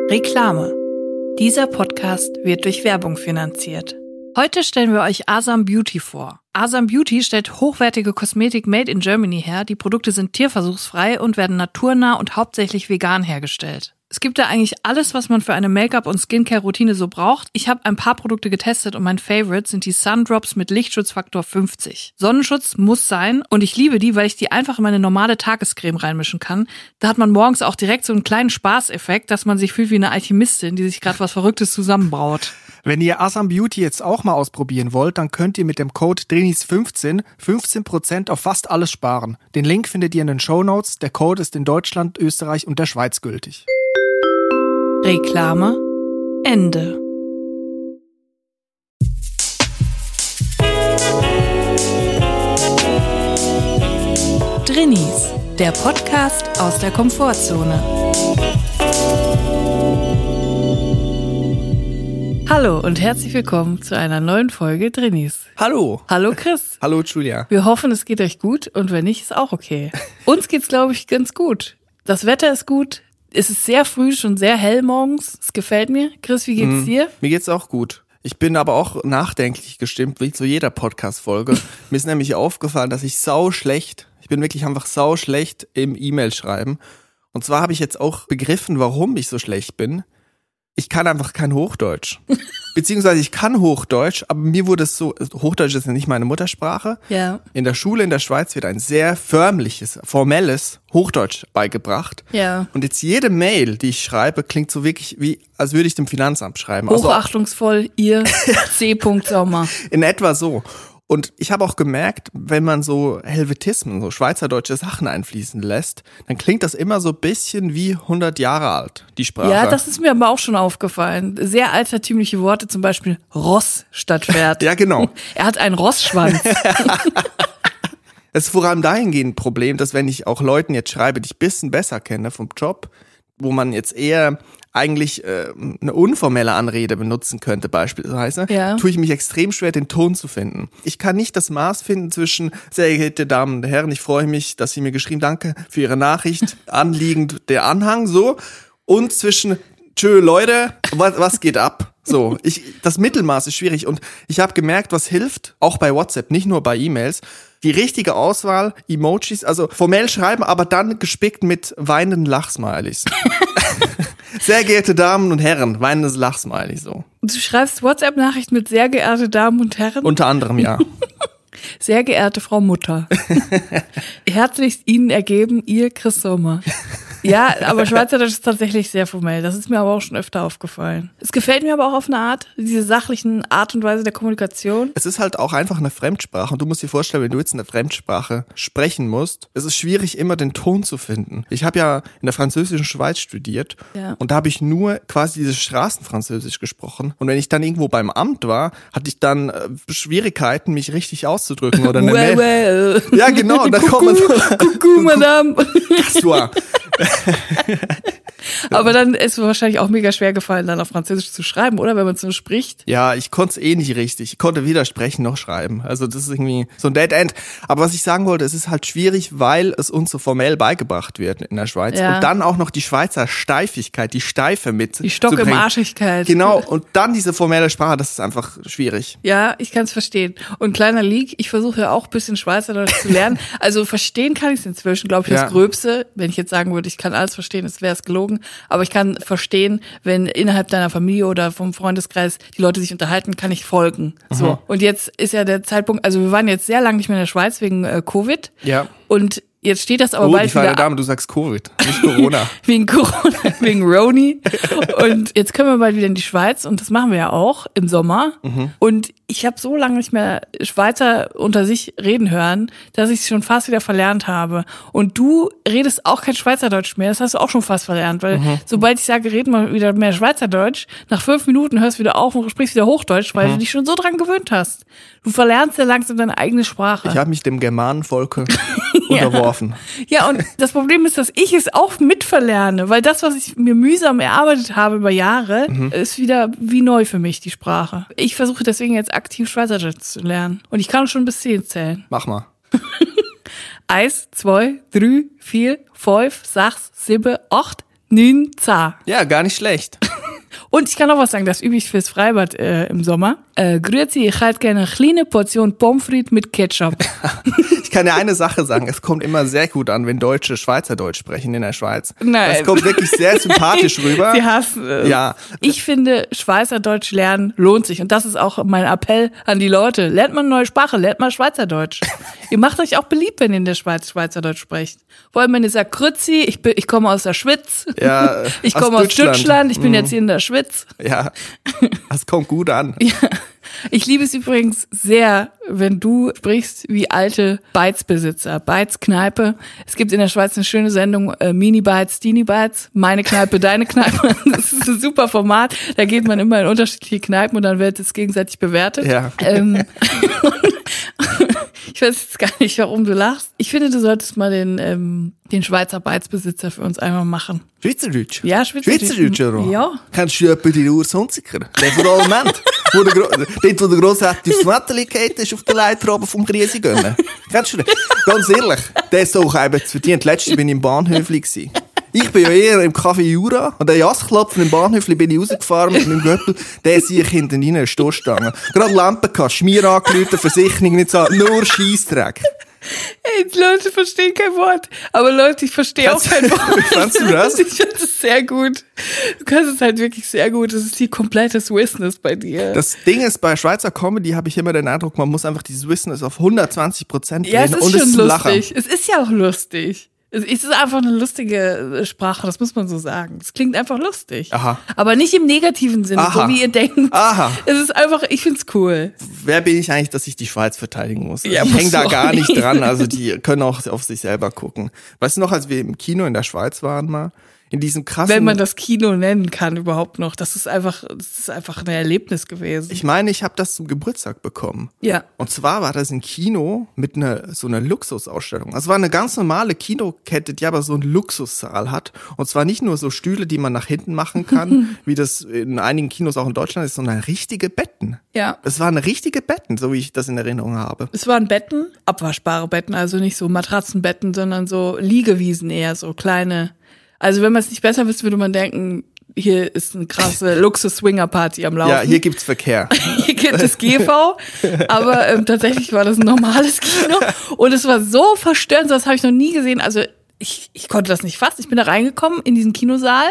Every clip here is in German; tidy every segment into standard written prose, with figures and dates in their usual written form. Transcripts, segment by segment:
Reklame. Dieser Podcast wird durch Werbung finanziert. Heute stellen wir euch Asam Beauty vor. Asam Beauty stellt hochwertige Kosmetik made in Germany her. Die Produkte sind tierversuchsfrei und werden naturnah und hauptsächlich vegan hergestellt. Es gibt da eigentlich alles, was man für eine Make-up- und Skincare-Routine so braucht. Ich habe ein paar Produkte getestet und mein Favorite sind die Sundrops mit Lichtschutzfaktor 50. Sonnenschutz muss sein und ich liebe die, weil ich die einfach in meine normale Tagescreme reinmischen kann. Da hat man morgens auch direkt so einen kleinen Spaßeffekt, dass man sich fühlt wie eine Alchemistin, die sich gerade was Verrücktes zusammenbraut. Wenn ihr Asam Beauty jetzt auch mal ausprobieren wollt, dann könnt ihr mit dem Code DRINIS15 15% auf fast alles sparen. Den Link findet ihr in den Shownotes. Der Code ist in Deutschland, Österreich und der Schweiz gültig. Reklame Ende. Drinnies, der Podcast aus der Komfortzone. Hallo und herzlich willkommen zu einer neuen Folge Drinnies. Hallo. Hallo Chris. Hallo Julia. Wir hoffen, es geht euch gut und wenn nicht, ist auch okay. Uns geht's, glaube ich, ganz gut. Das Wetter ist gut. Es ist sehr früh, schon sehr hell morgens. Es gefällt mir. Chris, wie geht's dir? Mir geht's auch gut. Ich bin aber auch nachdenklich gestimmt, wie zu jeder Podcast-Folge. Mir ist nämlich aufgefallen, dass ich bin wirklich einfach sauschlecht im E-Mail-Schreiben. Und zwar habe ich jetzt auch begriffen, warum ich so schlecht bin. Ich kann einfach kein Hochdeutsch. Beziehungsweise ich kann Hochdeutsch, aber mir wurde es so, Hochdeutsch ist ja nicht meine Muttersprache. Ja. In der Schule in der Schweiz wird ein sehr förmliches, formelles Hochdeutsch beigebracht. Ja. Und jetzt jede Mail, die ich schreibe, klingt so wirklich wie, als würde ich dem Finanzamt schreiben. Hochachtungsvoll, ihr C. Sommer. In etwa so. Und ich habe auch gemerkt, wenn man so Helvetismen, so schweizerdeutsche Sachen einfließen lässt, dann klingt das immer so ein bisschen wie 100 Jahre alt, die Sprache. Ja, das ist mir aber auch schon aufgefallen. Sehr altertümliche Worte, zum Beispiel Ross statt Pferd. Ja, genau. Er hat einen Rossschwanz. Es ist vor allem dahingehend ein Problem, dass wenn ich auch Leuten jetzt schreibe, die ich ein bisschen besser kenne vom Job, wo man jetzt eher eigentlich eine unformelle Anrede benutzen könnte beispielsweise, tue ich mich extrem schwer, den Ton zu finden. Ich kann nicht das Maß finden zwischen, sehr geehrte Damen und Herren, ich freue mich, dass Sie mir geschrieben, danke für Ihre Nachricht, anliegend der Anhang, so, und zwischen, tschö Leute, was geht ab? So, das Mittelmaß ist schwierig und ich habe gemerkt, was hilft, auch bei WhatsApp, nicht nur bei E-Mails, die richtige Auswahl, Emojis, also formell schreiben, aber dann gespickt mit weinenden Lachsmileys. Sehr geehrte Damen und Herren, weinendes Lachsmiley, so. Du schreibst WhatsApp-Nachrichten mit sehr geehrte Damen und Herren? Unter anderem, ja. Sehr geehrte Frau Mutter. Herzlichst Ihnen ergeben, Ihr Chris Sommer. Ja, aber Schweizerdeutsch ist tatsächlich sehr formell. Das ist mir aber auch schon öfter aufgefallen. Es gefällt mir aber auch auf eine Art, diese sachlichen Art und Weise der Kommunikation. Es ist halt auch einfach eine Fremdsprache. Und du musst dir vorstellen, wenn du jetzt eine Fremdsprache sprechen musst, es ist schwierig, immer den Ton zu finden. Ich habe ja in der französischen Schweiz studiert und da habe ich nur quasi dieses Straßenfranzösisch gesprochen. Und wenn ich dann irgendwo beim Amt war, hatte ich dann Schwierigkeiten, mich richtig auszudrücken. Oder eine well. Ja, genau. Und dann kommt man so. Coucou, Madame. Bonsoir. Aber dann ist es wahrscheinlich auch mega schwer gefallen, dann auf Französisch zu schreiben, oder? Wenn man es so spricht. Ja, ich konnte es nicht richtig. Ich konnte weder sprechen noch schreiben. Also das ist irgendwie so ein Dead End. Aber was ich sagen wollte, es ist halt schwierig, weil es uns so formell beigebracht wird in der Schweiz. Ja. Und dann auch noch die Schweizer Steifigkeit, die Steife mit. Die Stock im Arschigkeit. Genau. Und dann diese formelle Sprache, das ist einfach schwierig. Ja, ich kann es verstehen. Und kleiner Leak, ich versuche ja auch ein bisschen Schweizerdeutsch zu lernen. Also verstehen kann ich es inzwischen, glaube ich, das Gröbste. Wenn ich jetzt sagen würde, ich kann alles verstehen, das wäre es gelogen. Aber ich kann verstehen, wenn innerhalb deiner Familie oder vom Freundeskreis die Leute sich unterhalten, kann ich folgen. So. Und jetzt ist ja der Zeitpunkt, also wir waren jetzt sehr lange nicht mehr in der Schweiz wegen Covid. Ja. Und jetzt steht das aber bald wieder. Dame, du sagst Covid, nicht Corona. Wegen Corona, wegen Roni. Und jetzt können wir bald wieder in die Schweiz und das machen wir ja auch im Sommer. Und ich habe so lange nicht mehr Schweizer unter sich reden hören, dass ich es schon fast wieder verlernt habe. Und du redest auch kein Schweizerdeutsch mehr, das hast du auch schon fast verlernt, weil sobald ich sage, reden wir wieder mehr Schweizerdeutsch, nach 5 Minuten hörst du wieder auf und sprichst wieder Hochdeutsch, weil du dich schon so dran gewöhnt hast. Du verlernst ja langsam deine eigene Sprache. Ich habe mich dem Germanenvolke unterworfen. Ja, und das Problem ist, dass ich es auch mitverlerne, weil das, was ich mir mühsam erarbeitet habe über Jahre, ist wieder wie neu für mich, die Sprache. Ich versuche deswegen jetzt aktiv Schweizerdeutsch zu lernen. Und ich kann schon bis 10 zählen. Mach mal. 1, 2, 3, 4, 5, 6, 7, 8, 9 Ja, gar nicht schlecht. Und ich kann noch was sagen, das übe ich fürs Freibad im Sommer. Grüezi, ich hätte gerne eine kleine Portion Pommes frites mit Ketchup. Ich kann dir eine Sache sagen, es kommt immer sehr gut an, wenn Deutsche Schweizerdeutsch sprechen in der Schweiz. Nein. Das kommt wirklich sehr sympathisch rüber. Sie hassen es. Ja. Ich finde, Schweizerdeutsch lernen lohnt sich. Und das ist auch mein Appell an die Leute. Lernt mal eine neue Sprache, lernt mal Schweizerdeutsch. Ihr macht euch auch beliebt, wenn ihr in der Schweiz Schweizerdeutsch sprecht. Vor allem, wenn ihr sagt, Grüezi, ich komme aus der Schweiz. Ja, ich komme aus Deutschland, ich bin jetzt hier in der Schweiz. Ja, das kommt gut an. Ja. Ich liebe es übrigens sehr, wenn du sprichst wie alte Bites-Besitzer. Bites-Kneipe. Es gibt in der Schweiz eine schöne Sendung, Mini-Bites, Dini-Bites. Meine Kneipe, deine Kneipe. Das ist ein super Format. Da geht man immer in unterschiedliche Kneipen und dann wird es gegenseitig bewertet. Ja. Ich weiß jetzt gar nicht, warum du lachst. Ich finde, du solltest mal den Schweizer Bites-Besitzer für uns einmal machen. Schweizerdeutsch? Ja, Schweizerdeutsch, oder? Ja. Kennst du jemanden, den Urs Hunziker? Der von Alment? Dort, wo der Grossvater aufs Mätteli geht, ist auf der Leiter oben vom Griesi gönnen. Kennst du den? Ganz ehrlich, der ist auch eben zu verdient. Letztens bin ich im Bahnhöfli gewesen. Ich bin ja eher im Café Jura und der Jasklopfen im Bahnhöfli bin ich rausgefahren mit meinem Göppel. Der sehe ich hinten rein, eine Stoßstange. Gerade Lampen gehabt, Schmier angelötet, Versicherung nicht so, nur Scheissdreck. Ey, die Leute verstehen kein Wort. Aber Leute, ich verstehe auch kein Wort. Wie fandst du das? Ich finde es sehr gut. Du kannst es halt wirklich sehr gut. Das ist die komplette Swissness bei dir. Das Ding ist, bei Schweizer Comedy habe ich immer den Eindruck, man muss einfach die Swissness auf 120% drehen. Ja, es ist und schon es ist lustig. Es ist ja auch lustig. Es ist einfach eine lustige Sprache, das muss man so sagen. Es klingt einfach lustig. Aha. Aber nicht im negativen Sinne, Aha. so wie ihr denkt. Aha. Es ist einfach, ich find's cool. Wer bin ich eigentlich, dass ich die Schweiz verteidigen muss? Ja, ich hänge da gar nicht sorry. dran. Also die können auch auf sich selber gucken. Weißt du noch, als wir im Kino in der Schweiz waren mal? In diesem krassen... Wenn man das Kino nennen kann überhaupt noch. Das ist einfach ein Erlebnis gewesen. Ich meine, ich habe das zum Geburtstag bekommen. Ja. Und zwar war das ein Kino mit so einer Luxusausstellung. Also es war eine ganz normale Kinokette, die aber so einen Luxussaal hat. Und zwar nicht nur so Stühle, die man nach hinten machen kann, wie das in einigen Kinos auch in Deutschland ist, sondern richtige Betten. Ja. Es waren richtige Betten, so wie ich das in Erinnerung habe. Es waren Betten, abwaschbare Betten, also nicht so Matratzenbetten, sondern so Liegewiesen eher, so kleine. Also wenn man es nicht besser wüsste, würde man denken, hier ist eine krasse Luxus-Swinger-Party am Laufen. Ja, hier gibt's Verkehr. Hier gibt es GV, aber tatsächlich war das ein normales Kino und es war so verstörend, so das habe ich noch nie gesehen. Also ich konnte das nicht fassen. Ich bin da reingekommen in diesen Kinosaal.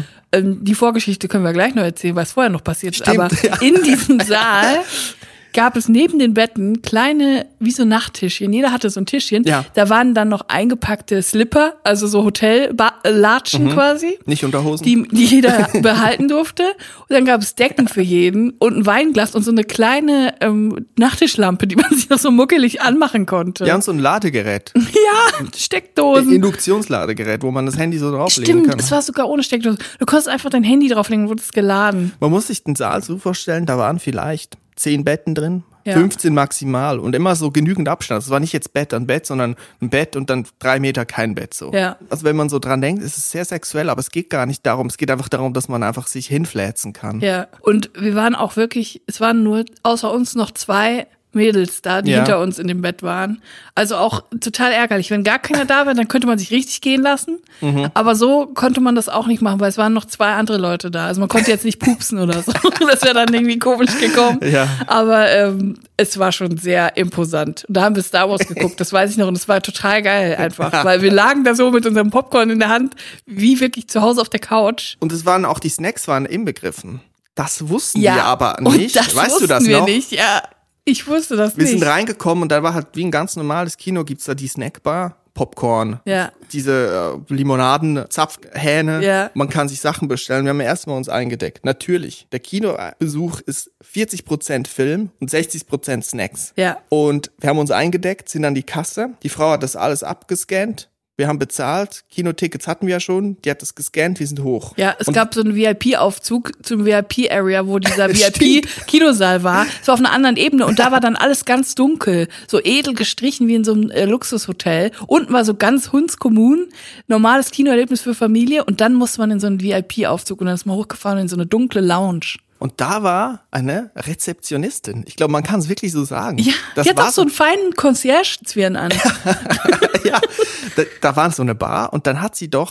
Die Vorgeschichte können wir gleich noch erzählen, was vorher noch passiert ist. Aber ja. in diesem Saal gab es neben den Betten kleine, wie so Nachttischchen. Jeder hatte so ein Tischchen. Ja. Da waren dann noch eingepackte Slipper, also so Hotellatschen quasi. Nicht Unterhosen. Die jeder behalten durfte. Und dann gab es Decken für jeden und ein Weinglas und so eine kleine Nachttischlampe, die man sich noch so muckelig anmachen konnte. Ja, und so ein Ladegerät. Ja, Steckdosen. Induktionsladegerät, wo man das Handy so drauflegen Stimmt, kann. es war sogar ohne Steckdose. Du konntest einfach dein Handy drauflegen und wurdest geladen. Man muss sich den Saal so vorstellen, da waren vielleicht 10 Betten drin, Ja. 15 maximal und immer so genügend Abstand. Es war nicht jetzt Bett an Bett, sondern ein Bett und dann 3 Meter kein Bett so. Ja. Also wenn man so dran denkt, ist es sehr sexuell, aber es geht gar nicht darum. Es geht einfach darum, dass man einfach sich hinfläzen kann. Ja, und wir waren auch wirklich, es waren nur außer uns noch 2 Mädels da, die hinter uns in dem Bett waren. Also auch total ärgerlich. Wenn gar keiner da wäre, dann könnte man sich richtig gehen lassen. Aber so konnte man das auch nicht machen, weil es waren noch 2 andere Leute da. Also man konnte jetzt nicht pupsen oder so. Das wäre dann irgendwie komisch gekommen. Ja. Aber es war schon sehr imposant. Da haben wir Star Wars geguckt, das weiß ich noch. Und es war total geil einfach. Weil wir lagen da so mit unserem Popcorn in der Hand, wie wirklich zu Hause auf der Couch. Und es waren auch die Snacks waren inbegriffen. Das wussten Ja, wir aber und nicht. das Weißt du wussten das wir noch? nicht, ja. Ich wusste das Wir nicht. sind reingekommen und da war halt wie ein ganz normales Kino, gibt's da die Snackbar, Popcorn, Ja. diese Limonaden, Zapfhähne. Ja. Man kann sich Sachen bestellen. Wir haben erstmal uns eingedeckt. Natürlich, der Kinobesuch ist 40% Film und 60% Snacks. Ja. Und wir haben uns eingedeckt, sind an die Kasse. Die Frau hat das alles abgescannt. Wir haben bezahlt, Kinotickets hatten wir ja schon, die hat das gescannt, wir sind hoch. Ja, es Und gab so einen VIP-Aufzug zum VIP-Area, wo dieser Stimmt. VIP-Kinosaal war. Es war auf einer anderen Ebene und da war dann alles ganz dunkel, so edel gestrichen wie in so einem Luxushotel. Unten war so ganz hundskommun, normales Kinoerlebnis für Familie und dann musste man in so einen VIP-Aufzug und dann ist man hochgefahren in so eine dunkle Lounge. Und da war eine Rezeptionistin. Ich glaube, man kann es wirklich so sagen. Ja, das die hat war auch so einen feinen Concierge-Zwirn an. ja, da war so eine Bar und dann hat sie doch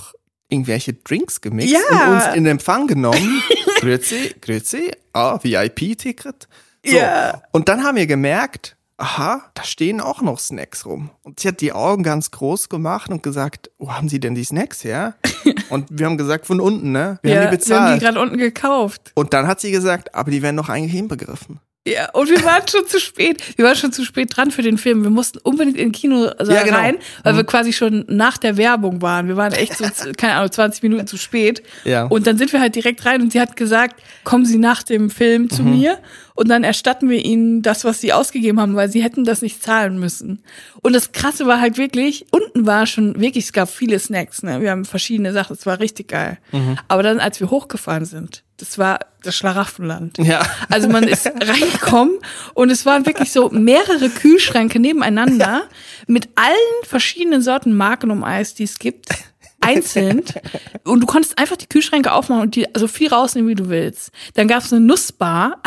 irgendwelche Drinks gemixt und uns in Empfang genommen. Grüezi, VIP-Ticket. So. Ja. Und dann haben wir gemerkt, aha, da stehen auch noch Snacks rum. Und sie hat die Augen ganz groß gemacht und gesagt, wo haben Sie denn die Snacks her? Und wir haben gesagt, von unten, ne? Wir haben die bezahlt. Wir haben die gerade unten gekauft. Und dann hat sie gesagt, aber die werden doch eigentlich inbegriffen. Ja, und wir waren schon zu spät. Wir waren schon zu spät dran für den Film. Wir mussten unbedingt in den Kino rein, weil wir quasi schon nach der Werbung waren. Wir waren echt so, keine Ahnung, 20 Minuten zu spät. Ja. Und dann sind wir halt direkt rein und sie hat gesagt, kommen Sie nach dem Film zu mir und dann erstatten wir Ihnen das, was Sie ausgegeben haben, weil Sie hätten das nicht zahlen müssen. Und das Krasse war halt wirklich, unten war schon wirklich, es gab viele Snacks, ne? Wir haben verschiedene Sachen, es war richtig geil. Aber dann, als wir hochgefahren sind, das war das Schlaraffenland. Ja. Also man ist reingekommen und es waren wirklich so mehrere Kühlschränke nebeneinander mit allen verschiedenen Sorten Magnum-Eis, die es gibt, einzeln. Und du konntest einfach die Kühlschränke aufmachen und die so viel rausnehmen, wie du willst. Dann gab es eine Nussbar,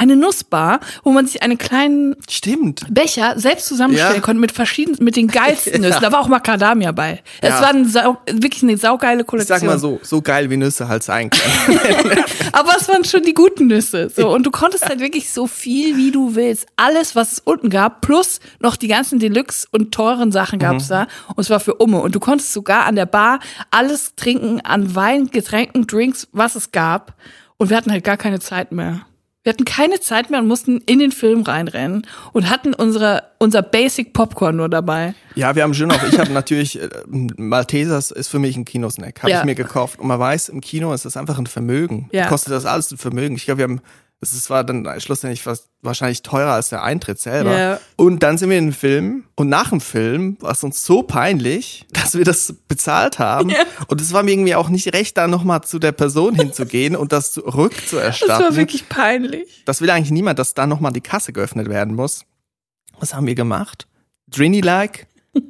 wo man sich einen kleinen Becher selbst zusammenstellen konnte mit den geilsten Nüssen. Da war auch Macadamia bei. Das war wirklich eine saugeile Kollektion. Ich sag mal so geil wie Nüsse halt sein können. Aber es waren schon die guten Nüsse. So, und du konntest halt wirklich so viel, wie du willst. Alles, was es unten gab, plus noch die ganzen Deluxe und teuren Sachen gab's da. Und es war für Umme. Und du konntest sogar an der Bar alles trinken an Wein, Getränken, Drinks, was es gab. Und wir hatten halt gar keine Zeit mehr. Wir hatten keine Zeit mehr und mussten in den Film reinrennen und hatten unser Basic Popcorn nur dabei. Ja, wir haben schon auch, ich habe natürlich, Maltesers ist für mich ein Kinosnack, habe ich mir gekauft. Und man weiß, im Kino ist das einfach ein Vermögen. Ja. Kostet das alles ein Vermögen. Ich glaube, es war dann schlussendlich wahrscheinlich teurer als der Eintritt selber. Yeah. Und dann sind wir in den Film und nach dem Film war es uns so peinlich, dass wir das bezahlt haben. Yeah. Und es war mir irgendwie auch nicht recht, da nochmal zu der Person hinzugehen und das zurückzuerstatten. Das war wirklich peinlich. Das will eigentlich niemand, dass da nochmal die Kasse geöffnet werden muss. Was haben wir gemacht? Drini-like.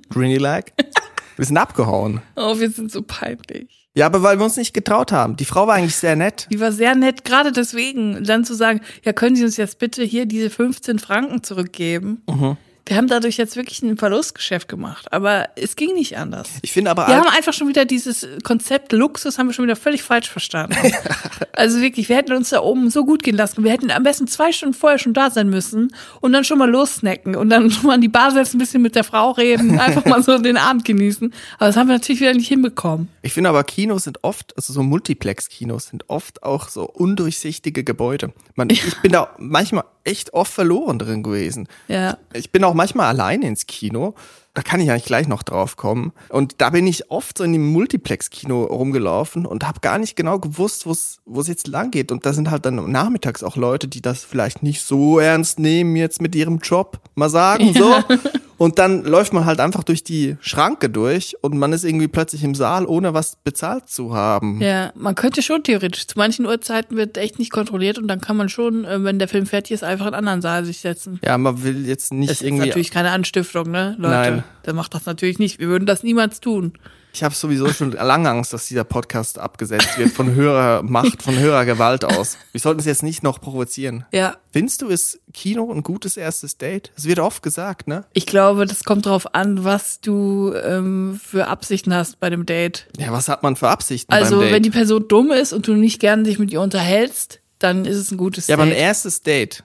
Wir sind abgehauen. Oh, wir sind so peinlich. Ja, aber weil wir uns nicht getraut haben. Die Frau war eigentlich sehr nett. Die war sehr nett, gerade deswegen. Dann zu sagen, ja, können Sie uns jetzt bitte hier diese 15 Franken zurückgeben? Wir haben dadurch jetzt wirklich ein Verlustgeschäft gemacht, aber es ging nicht anders. Ich finde aber, wir haben einfach schon wieder dieses Konzept Luxus haben wir schon wieder völlig falsch verstanden. Also wirklich, wir hätten uns da oben so gut gehen lassen. Wir hätten am besten 2 Stunden vorher schon da sein müssen und dann schon mal lossnacken und dann schon mal an die Bar setzen, ein bisschen mit der Frau reden, einfach mal so den Abend genießen. Aber das haben wir natürlich wieder nicht hinbekommen. Ich finde aber, Kinos sind oft, also so Multiplex-Kinos sind oft auch so undurchsichtige Gebäude. Ich bin da manchmal echt oft verloren drin gewesen. Ja. Ich bin auch manchmal alleine ins Kino. Da kann ich eigentlich gleich noch drauf kommen. Und da bin ich oft so in dem Multiplex-Kino rumgelaufen und habe gar nicht genau gewusst, wo es jetzt lang geht. Und da sind halt dann nachmittags auch Leute, die das vielleicht nicht so ernst nehmen jetzt mit ihrem Job, mal sagen so. Und dann läuft man halt einfach durch die Schranke durch und man ist irgendwie plötzlich im Saal, ohne was bezahlt zu haben. Ja, man könnte schon theoretisch. Zu manchen Uhrzeiten wird echt nicht kontrolliert und dann kann man schon, wenn der Film fertig ist, einfach in einen anderen Saal sich setzen. Ja, man will jetzt nicht das irgendwie... Das ist natürlich keine Anstiftung, ne, Leute? Nein. Der macht das natürlich nicht. Wir würden das niemals tun. Ich habe sowieso schon lange Angst, dass dieser Podcast abgesetzt wird von höherer Macht, von höherer Gewalt aus. Wir sollten es jetzt nicht noch provozieren. Ja. Findest du, ist Kino ein gutes erstes Date? Das wird oft gesagt, ne? Ich glaube, das kommt drauf an, was du für Absichten hast bei dem Date. Ja, was hat man für Absichten beim Date? Also, wenn die Person dumm ist und du nicht gerne dich mit ihr unterhältst, dann ist es ein gutes Date. Ja, aber ein erstes Date.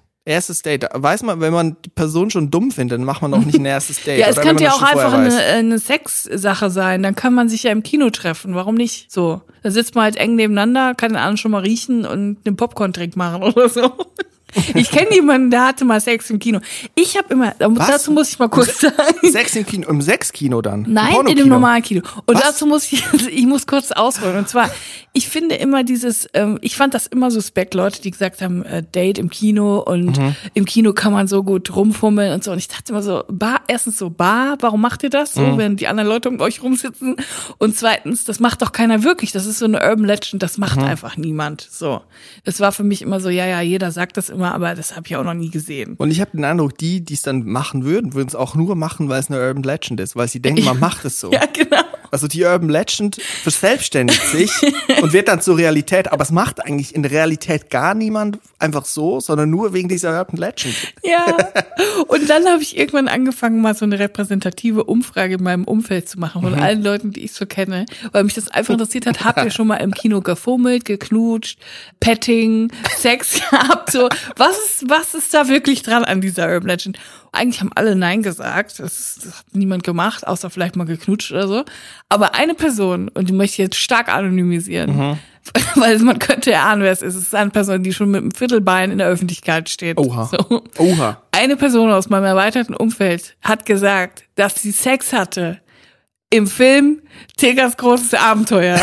Weiß man, wenn man die Person schon dumm findet, dann macht man auch nicht ein erstes Date. Ja, es könnte ja auch einfach eine Sexsache sein. Dann kann man sich ja im Kino treffen. Warum nicht? So. Da sitzt man halt eng nebeneinander, kann den anderen schon mal riechen und einen Popcorn-Drink machen oder so. Ich kenne jemanden, der hatte mal Sex im Kino. Ich habe immer, dazu muss ich mal kurz sagen. Sex im Kino, im Sexkino dann? Nein, in dem normalen Kino. Und dazu muss ich muss kurz ausholen. Und zwar, ich finde immer ich fand das immer suspekt, Leute, die gesagt haben, Date im Kino und im Kino kann man so gut rumfummeln und so. Und ich dachte immer so, erstens so, warum macht ihr das so, wenn die anderen Leute um euch rumsitzen? Und zweitens, das macht doch keiner wirklich. Das ist so eine Urban Legend, das macht einfach niemand. So. Das war für mich immer so, ja, jeder sagt das immer, aber das habe ich auch noch nie gesehen. Und ich habe den Eindruck, die es dann machen würden es auch nur machen, weil es eine Urban Legend ist, weil sie denken, man macht es so. Ja, genau. Also die Urban Legend verselbstständigt sich und wird dann zur Realität. Aber es macht eigentlich in der Realität gar niemand einfach so, sondern nur wegen dieser Urban Legend. Ja, und dann habe ich irgendwann angefangen, mal so eine repräsentative Umfrage in meinem Umfeld zu machen von allen Leuten, die ich so kenne, weil mich das einfach interessiert hat. Habt ihr schon mal im Kino gefummelt, geknutscht, Petting, Sex gehabt? So, was ist da wirklich dran an dieser Urban Legend? Eigentlich haben alle Nein gesagt. Das hat niemand gemacht, außer vielleicht mal geknutscht oder so. Aber eine Person, und die möchte ich jetzt stark anonymisieren, weil man könnte erahnen, wer es ist. Es ist eine Person, die schon mit dem Viertelbein in der Öffentlichkeit steht. Oha. So. Oha. Eine Person aus meinem erweiterten Umfeld hat gesagt, dass sie Sex hatte im Film Tigers großes Abenteuer.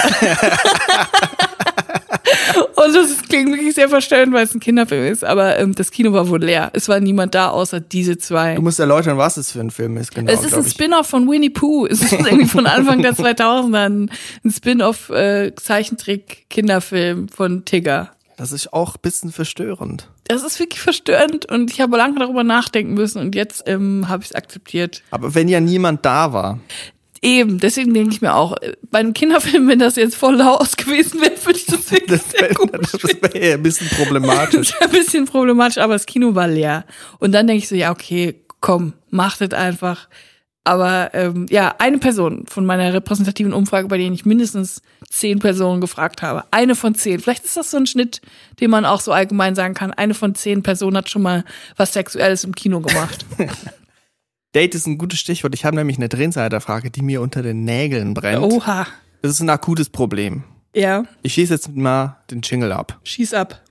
Und das klingt wirklich sehr verstörend, weil es ein Kinderfilm ist, aber das Kino war wohl leer. Es war niemand da, außer diese zwei. Du musst erläutern, was es für ein Film ist, genau. Es ist ein Spin-off von Winnie Pooh. Es ist irgendwie von Anfang der 2000er ein Spin-off Zeichentrick-Kinderfilm von Tigger. Das ist auch ein bisschen verstörend. Das ist wirklich verstörend und ich habe lange darüber nachdenken müssen und jetzt habe ich es akzeptiert. Aber wenn ja niemand da war. Eben, deswegen denke ich mir auch, bei einem Kinderfilm, wenn das jetzt voll Haus gewesen wäre, würde ich das wirklich sehr komisch Das wäre ein bisschen problematisch. Das wäre ein bisschen problematisch, aber das Kino war leer. Und dann denke ich so, ja okay, komm, macht das einfach. Aber ja, eine Person von meiner repräsentativen Umfrage, bei der ich mindestens 10 Personen gefragt habe. Eine von 10. Vielleicht ist das so ein Schnitt, den man auch so allgemein sagen kann. Eine von 10 Personen hat schon mal was Sexuelles im Kino gemacht. Date ist ein gutes Stichwort. Ich habe nämlich eine Drinsider-Frage, die mir unter den Nägeln brennt. Oha. Das ist ein akutes Problem. Ja. Ich schieße jetzt mal den Jingle ab. Schieß ab.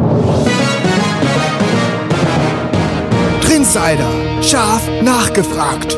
Drinsider, scharf nachgefragt.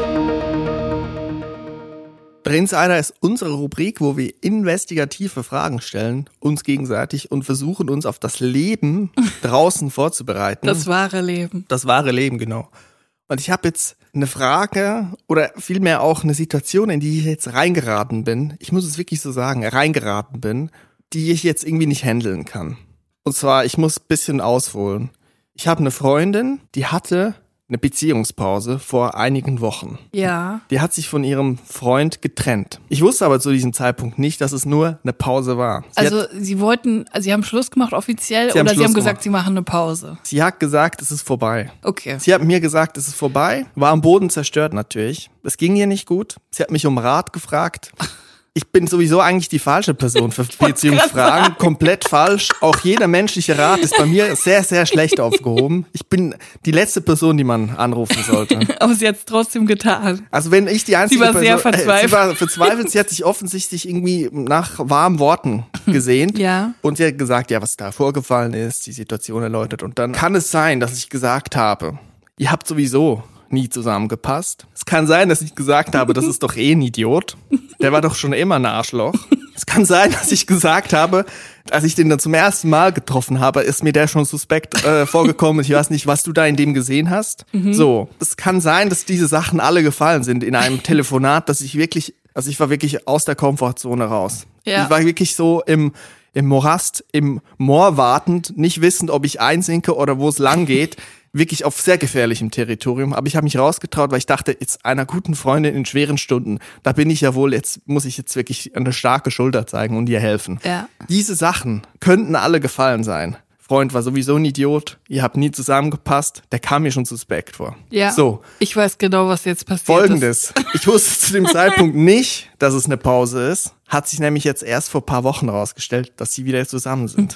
Drinsider ist unsere Rubrik, wo wir investigative Fragen stellen, uns gegenseitig und versuchen, uns auf das Leben draußen vorzubereiten. Das wahre Leben. Das wahre Leben, genau. Und ich habe jetzt eine Frage oder vielmehr auch eine Situation, in die ich jetzt reingeraten bin. Ich muss es wirklich so sagen, reingeraten bin, die ich jetzt irgendwie nicht handeln kann. Und zwar, ich muss ein bisschen ausholen. Ich habe eine Freundin, die hatte eine Beziehungspause vor einigen Wochen. Ja. Die hat sich von ihrem Freund getrennt. Ich wusste aber zu diesem Zeitpunkt nicht, dass es nur eine Pause war. Sie haben Schluss gemacht offiziell oder sie haben gesagt, sie machen eine Pause? Sie hat gesagt, es ist vorbei. Okay. Sie hat mir gesagt, es ist vorbei. War am Boden zerstört natürlich. Es ging ihr nicht gut. Sie hat mich um Rat gefragt. Ich bin sowieso eigentlich die falsche Person für Beziehungsfragen. Komplett falsch. Auch jeder menschliche Rat ist bei mir sehr, sehr schlecht aufgehoben. Ich bin die letzte Person, die man anrufen sollte. Aber sie hat es trotzdem getan. Also wenn ich die einzige Person... Sie war sehr verzweifelt. Sie war verzweifelt. Sie hat sich offensichtlich irgendwie nach warmen Worten gesehnt. Ja. Und sie hat gesagt, ja, was da vorgefallen ist, die Situation erläutert. Und dann kann es sein, dass ich gesagt habe, ihr habt sowieso nie zusammengepasst. Es kann sein, dass ich gesagt habe, das ist doch eh ein Idiot. Der war doch schon immer ein Arschloch. Es kann sein, dass ich gesagt habe, als ich den dann zum ersten Mal getroffen habe, ist mir der schon suspekt vorgekommen. Ich weiß nicht, was du da in dem gesehen hast. So, es kann sein, dass diese Sachen alle gefallen sind in einem Telefonat, dass ich war wirklich aus der Komfortzone raus. Ja. Ich war wirklich so im Morast, im Moor wartend, nicht wissend, ob ich einsinke oder wo es lang geht. Wirklich auf sehr gefährlichem Territorium. Aber ich habe mich rausgetraut, weil ich dachte, jetzt einer guten Freundin in schweren Stunden, da bin ich ja wohl, muss ich jetzt wirklich eine starke Schulter zeigen und ihr helfen. Ja. Diese Sachen könnten alle gefallen sein. Freund war sowieso ein Idiot, ihr habt nie zusammengepasst, der kam mir schon suspekt vor. Ja, so. Ich weiß genau, was jetzt passiert Folgendes, ich wusste zu dem Zeitpunkt nicht, dass es eine Pause ist, hat sich nämlich jetzt erst vor ein paar Wochen rausgestellt, dass sie wieder zusammen sind.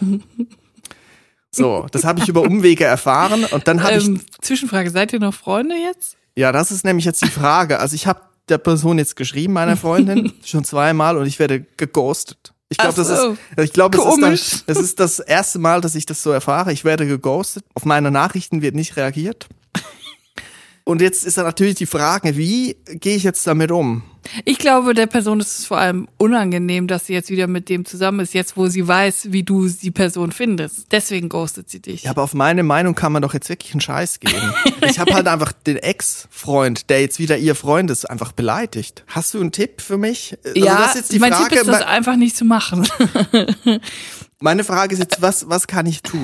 So, das habe ich über Umwege erfahren und dann habe ich... Zwischenfrage, seid ihr noch Freunde jetzt? Ja, das ist nämlich jetzt die Frage. Also ich habe der Person jetzt geschrieben, meiner Freundin, schon 2-mal und ich werde geghostet. Ich glaube, das ist das erste Mal, dass ich das so erfahre. Ich werde geghostet. Auf meine Nachrichten wird nicht reagiert. Und jetzt ist da natürlich die Frage, wie gehe ich jetzt damit um? Ich glaube, der Person ist es vor allem unangenehm, dass sie jetzt wieder mit dem zusammen ist, jetzt wo sie weiß, wie du die Person findest. Deswegen ghostet sie dich. Ja, aber auf meine Meinung kann man doch jetzt wirklich einen Scheiß geben. Ich habe halt einfach den Ex-Freund, der jetzt wieder ihr Freund ist, einfach beleidigt. Hast du einen Tipp für mich? Ja, also das ist jetzt die mein Frage, Tipp ist, das einfach nicht zu machen. Meine Frage ist jetzt, was kann ich tun?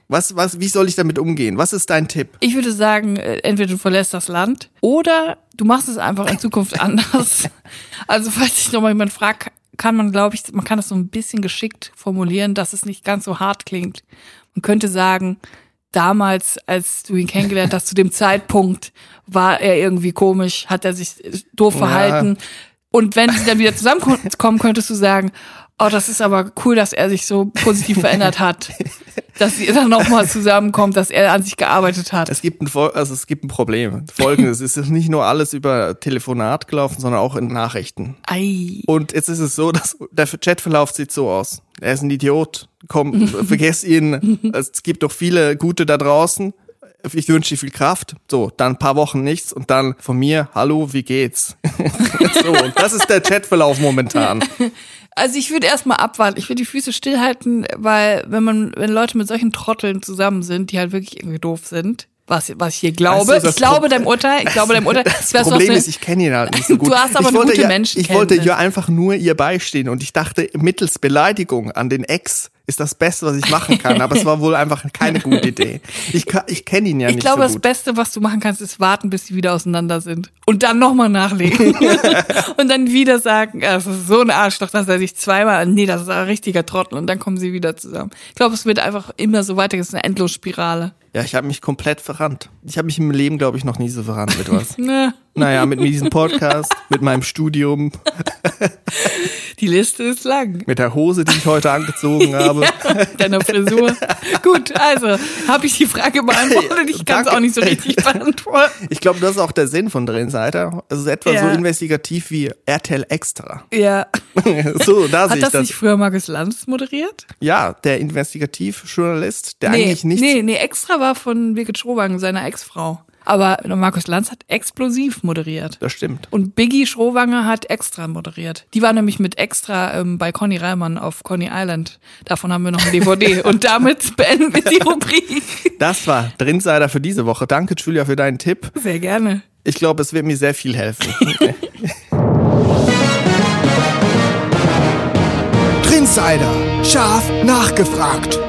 Wie soll ich damit umgehen? Was ist dein Tipp? Ich würde sagen, entweder du verlässt das Land oder du machst es einfach in Zukunft anders. Also falls sich nochmal jemand fragt, kann man das so ein bisschen geschickt formulieren, dass es nicht ganz so hart klingt. Man könnte sagen, damals, als du ihn kennengelernt hast, zu dem Zeitpunkt war er irgendwie komisch, hat er sich doof verhalten. Und wenn sie dann wieder zusammenkommen, könntest du sagen, oh, das ist aber cool, dass er sich so positiv verändert hat. Dass ihr dann nochmal zusammenkommt, dass er an sich gearbeitet hat. Es gibt ein Problem. Folgendes, es ist nicht nur alles über Telefonat gelaufen, sondern auch in Nachrichten. Ei. Und jetzt ist es so, dass der Chatverlauf sieht so aus. Er ist ein Idiot. Komm, vergess ihn. Es gibt doch viele Gute da draußen. Ich wünsche dir viel Kraft. So, dann ein paar Wochen nichts und dann von mir, hallo, wie geht's? So, und das ist der Chatverlauf momentan. Also ich würde erstmal abwarten. Ich würde die Füße stillhalten, weil wenn Leute mit solchen Trotteln zusammen sind, die halt wirklich irgendwie doof sind, was ich hier glaube, weißt du, ich glaube deinem Urteil. Das Problem ist, ich kenne ihn halt nicht so gut. Du hast aber eine gute Menschenkenntnis. Ich wollte ja einfach nur ihr beistehen und ich dachte, mittels Beleidigung an den Ex ist das Beste, was ich machen kann. Aber es war wohl einfach keine gute Idee. Ich kenne ihn ja nicht so gut. Ich glaube, das Beste, was du machen kannst, ist warten, bis sie wieder auseinander sind. Und dann nochmal nachlegen. Und dann wieder sagen, das ist so ein Arschloch, dass er sich zweimal, nee, das ist ein richtiger Trottel. Und dann kommen sie wieder zusammen. Ich glaube, es wird einfach immer so weitergehen. Es ist eine Endlosspirale. Ja, ich habe mich komplett verrannt. Ich habe mich im Leben, glaube ich, noch nie so verrannt mit was. Naja, mit diesem Podcast, mit meinem Studium. Die Liste ist lang. Mit der Hose, die ich heute angezogen habe. Ja, deiner Frisur. Gut, also habe ich die Frage beantwortet. Ich kann es auch nicht so richtig beantworten. Ich glaube, das ist auch der Sinn von Drinsider. Es ist etwa so investigativ wie RTL Extra. Ja. So, da sehe ich das. Hat das nicht früher Markus Lanz moderiert? Ja, der Investigativjournalist, der eigentlich nichts... Nee, Extra war von Birgit Schrowange, seiner Ex-Frau. Aber Markus Lanz hat explosiv moderiert. Das stimmt. Und Biggie Schrowange hat Extra moderiert. Die war nämlich mit Extra bei Conny Reimann auf Coney Island. Davon haben wir noch ein DVD. Und damit beenden wir die Rubrik. Das war Drinsider für diese Woche. Danke, Julia, für deinen Tipp. Sehr gerne. Ich glaube, es wird mir sehr viel helfen. Drinsider. Scharf nachgefragt.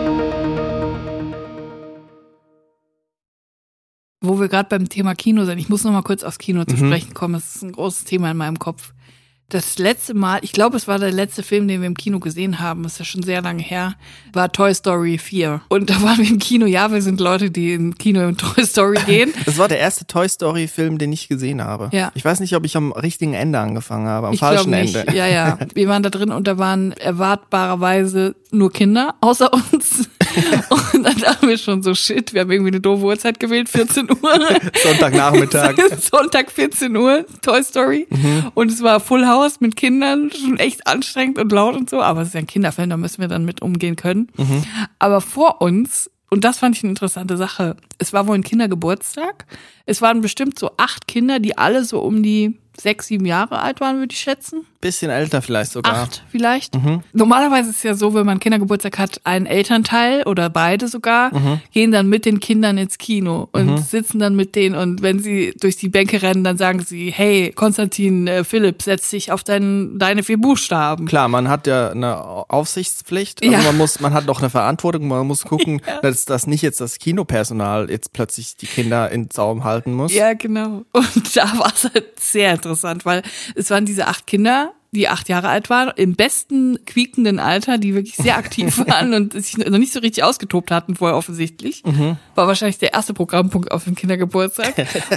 Wo wir gerade beim Thema Kino sind, ich muss noch mal kurz aufs Kino zu sprechen kommen. Das ist ein großes Thema in meinem Kopf. Das letzte Mal, ich glaube, es war der letzte Film, den wir im Kino gesehen haben, ist ja schon sehr lange her, war Toy Story 4. Und da waren wir im Kino, ja, wir sind Leute, die im Kino in Toy Story gehen. Das war der erste Toy Story Film, den ich gesehen habe. Ja. Ich weiß nicht, ob ich am richtigen Ende angefangen habe, am falschen Ende. Ja. Wir waren da drin und da waren erwartbarerweise nur Kinder, außer uns. Und dann dachten wir schon so, shit, wir haben irgendwie eine doofe Uhrzeit gewählt, 14 Uhr. Sonntagnachmittag. Sonntag 14 Uhr, Toy Story. Und es war Full House mit Kindern, schon echt anstrengend und laut und so. Aber es ist ja ein Kinderfilm, da müssen wir dann mit umgehen können. Aber vor uns, und das fand ich eine interessante Sache, es war wohl ein Kindergeburtstag. Es waren bestimmt so 8 Kinder, die alle so um die 6, 7 Jahre alt waren, würde ich schätzen. Bisschen älter vielleicht sogar. 8 vielleicht. Normalerweise ist es ja so, wenn man Kindergeburtstag hat, ein Elternteil oder beide sogar, gehen dann mit den Kindern ins Kino und sitzen dann mit denen. Und wenn sie durch die Bänke rennen, dann sagen sie, hey, Konstantin, Philipp, setz dich auf deine 4 Buchstaben. Klar, man hat ja eine Aufsichtspflicht. Also man hat noch eine Verantwortung. Man muss gucken, dass das nicht jetzt das Kinopersonal jetzt plötzlich die Kinder in Zaum halten muss. Ja, genau. Und da war es halt sehr interessant, weil es waren diese 8 Kinder, die 8 Jahre alt waren, im besten quiekenden Alter, die wirklich sehr aktiv waren und sich noch nicht so richtig ausgetobt hatten vorher offensichtlich. War wahrscheinlich der erste Programmpunkt auf dem Kindergeburtstag.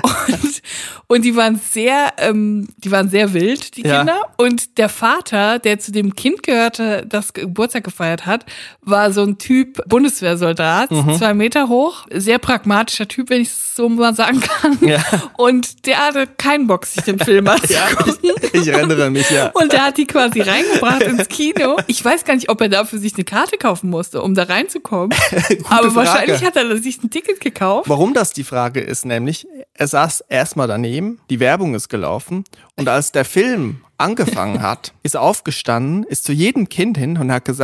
Und die waren sehr wild, die Kinder. Und der Vater, der zu dem Kind gehörte, das Geburtstag gefeiert hat, war so ein Typ Bundeswehrsoldat, 2 Meter hoch, sehr pragmatischer Typ, wenn ich es so mal sagen kann. Ja. Und der hatte keinen Bock, sich den Film anzugucken. Ich erinnere mich, ja. Und der hat die quasi reingebracht ins Kino. Ich weiß gar nicht, ob er dafür sich eine Karte kaufen musste, um da reinzukommen. Aber wahrscheinlich hat er sich ein Ticket gekauft. Warum das die Frage ist, nämlich, er saß erstmal daneben, die Werbung ist gelaufen und als der Film angefangen hat, ist er aufgestanden, ist zu jedem Kind hin und hat gesagt,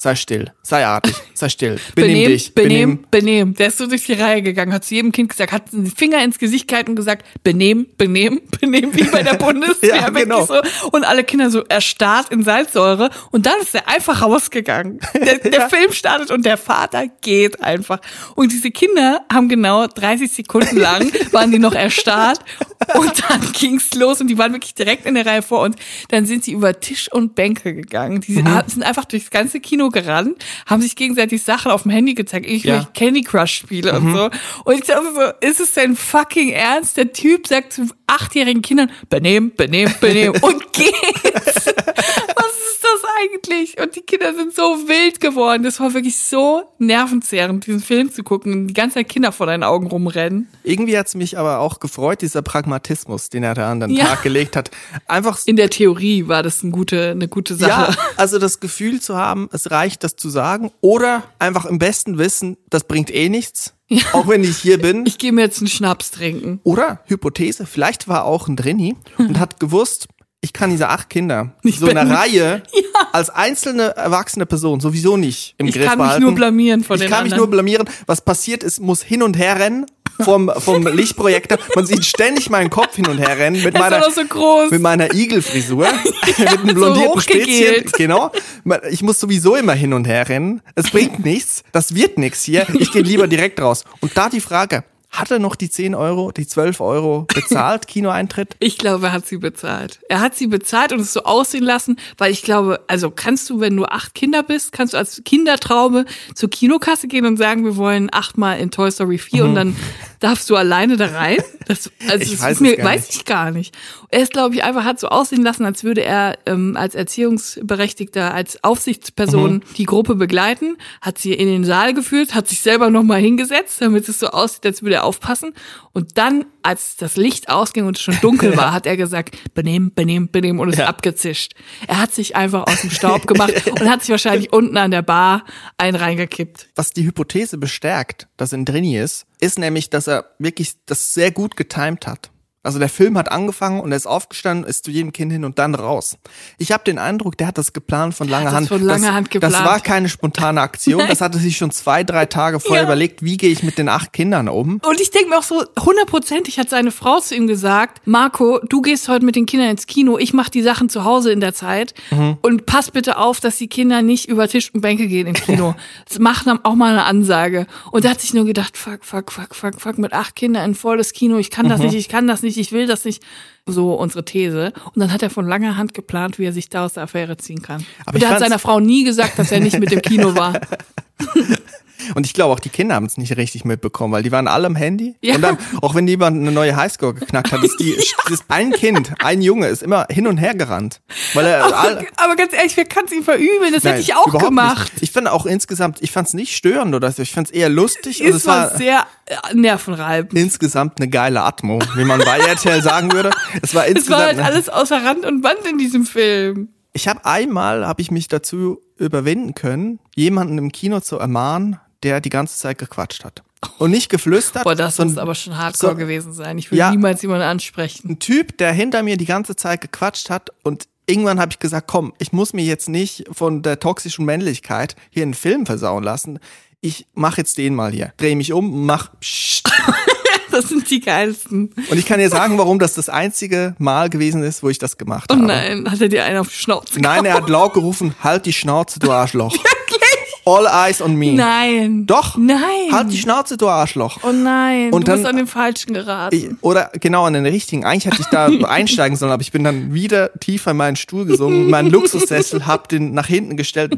sei still, sei artig, sei still, benimm dich. Benehm. Der ist so durch die Reihe gegangen, hat zu jedem Kind gesagt, hat den Finger ins Gesicht gehalten und gesagt, benehm, wie bei der Bundeswehr. Ja, genau. So. Und alle Kinder so erstarrt in Salzsäure und dann ist er einfach rausgegangen. Der Film startet und der Vater geht einfach. Und diese Kinder haben genau 30 Sekunden lang, waren die noch erstarrt und dann ging's los und die waren wirklich direkt in der Reihe vor uns. Dann sind sie über Tisch und Bänke gegangen. Die sind einfach durchs ganze Kino gerannt, haben sich gegenseitig Sachen auf dem Handy gezeigt. Ich Candy Crush spiele und so. Und ich dachte so, ist es denn fucking ernst? Der Typ sagt zu 8-jährigen Kindern, benehm und geht. Was ist das eigentlich? Und die Kinder sind so wild geworden. Das war wirklich so nervenzehrend, diesen Film zu gucken und die ganze Zeit Kinder vor deinen Augen rumrennen. Irgendwie hat's mich aber auch gefreut, dieser Pragmatismus, den er da an den Tag gelegt hat. Einfach in der Theorie war das eine gute Sache. Ja, also das Gefühl zu haben, es reicht, das zu sagen, oder einfach im besten Wissen, das bringt eh nichts, auch wenn ich hier bin. Ich gehe mir jetzt einen Schnaps trinken. Oder, Hypothese, vielleicht war auch ein Drini und hat gewusst, ich kann diese 8 Kinder nicht so in einer Reihe als einzelne erwachsene Person sowieso nicht im Griff behalten. Ich kann mich nur blamieren von den anderen. Ich kann mich nur blamieren. Was passiert ist, muss hin und her rennen vom Lichtprojektor. Man sieht ständig meinen Kopf hin und her rennen mit meiner Igelfrisur, mit einem blondierten so Spätzchen. Genau. Ich muss sowieso immer hin und her rennen. Es bringt nichts. Das wird nichts hier. Ich gehe lieber direkt raus. Und da die Frage, hat er noch die 10 Euro, die 12 Euro bezahlt, Kinoeintritt? Ich glaube, er hat sie bezahlt. Er hat sie bezahlt und es so aussehen lassen, weil ich glaube, also kannst du, wenn du 8 Kinder bist, kannst du als Kindertraube zur Kinokasse gehen und sagen, wir wollen 8-mal in Toy Story 4 und dann darfst du alleine da rein? Weiß ich gar nicht. Er ist, glaube ich, einfach hat so aussehen lassen, als würde er als Erziehungsberechtigter, als Aufsichtsperson die Gruppe begleiten, hat sie in den Saal geführt, hat sich selber nochmal hingesetzt, damit es so aussieht, als würde er aufpassen. Und dann, als das Licht ausging und es schon dunkel war, hat er gesagt, benehm und ist abgezischt. Er hat sich einfach aus dem Staub gemacht und hat sich wahrscheinlich unten an der Bar einen reingekippt. Was die Hypothese bestärkt, dass ein Drini ist nämlich, dass er wirklich das sehr gut getimed hat. Also der Film hat angefangen und er ist aufgestanden, ist zu jedem Kind hin und dann raus. Ich habe den Eindruck, der hat das geplant von langer Hand. Das war keine spontane Aktion, Nein. Das hatte sich schon 2-3 Tage vorher überlegt, wie gehe ich mit den 8 Kindern um. Und ich denke mir auch so, 100%ig hat seine Frau zu ihm gesagt, Marco, du gehst heute mit den Kindern ins Kino, ich mache die Sachen zu Hause in der Zeit und pass bitte auf, dass die Kinder nicht über Tisch und Bänke gehen im Kino. Das macht dann auch mal eine Ansage. Und er hat sich nur gedacht, fuck, mit 8 Kindern in volles Kino, ich kann das nicht, ich will das nicht. So unsere These. Und dann hat er von langer Hand geplant, wie er sich da aus der Affäre ziehen kann. Aber und er hat seiner Frau nie gesagt, dass er nicht mit dem Kino war. Und ich glaube auch, die Kinder haben es nicht richtig mitbekommen, weil die waren alle am Handy. Ja. Und dann, auch wenn jemand eine neue Highscore geknackt hat, ist ein Kind, ein Junge, ist immer hin und her gerannt. Weil aber ganz ehrlich, wer kann es ihm verübeln? Das hätte ich auch gemacht. Nicht. Ich fand auch insgesamt, ich fand es nicht störend oder so. Ich fand es eher lustig. Es war sehr nervenreibend. Insgesamt eine geile Atmo, wie man bei RTL sagen würde. Es war halt alles außer Rand und Band in diesem Film. Ich habe mich dazu überwinden können, jemanden im Kino zu ermahnen, der die ganze Zeit gequatscht hat. Und nicht geflüstert. Boah, das muss aber schon hardcore gewesen sein. Ich will niemals jemanden ansprechen. Ein Typ, der hinter mir die ganze Zeit gequatscht hat und irgendwann habe ich gesagt, komm, ich muss mir jetzt nicht von der toxischen Männlichkeit hier einen Film versauen lassen. Ich mach jetzt den mal hier. Dreh mich um und mach Psst. Das sind die geilsten. Und ich kann dir sagen, warum das einzige Mal gewesen ist, wo ich das gemacht habe. Oh nein, hat er dir einen auf die Schnauze gehauen? Nein, er hat laut gerufen, halt die Schnauze, du Arschloch. Wirklich? All eyes on me. Nein. Doch. Nein. Halt die Schnauze, du Arschloch. Oh nein, und du bist an den Falschen geraten. Oder genau an den richtigen. Eigentlich hätte ich da einsteigen sollen, aber ich bin dann wieder tiefer in meinen Stuhl gesungen, meinen Luxussessel, hab den nach hinten gestellt,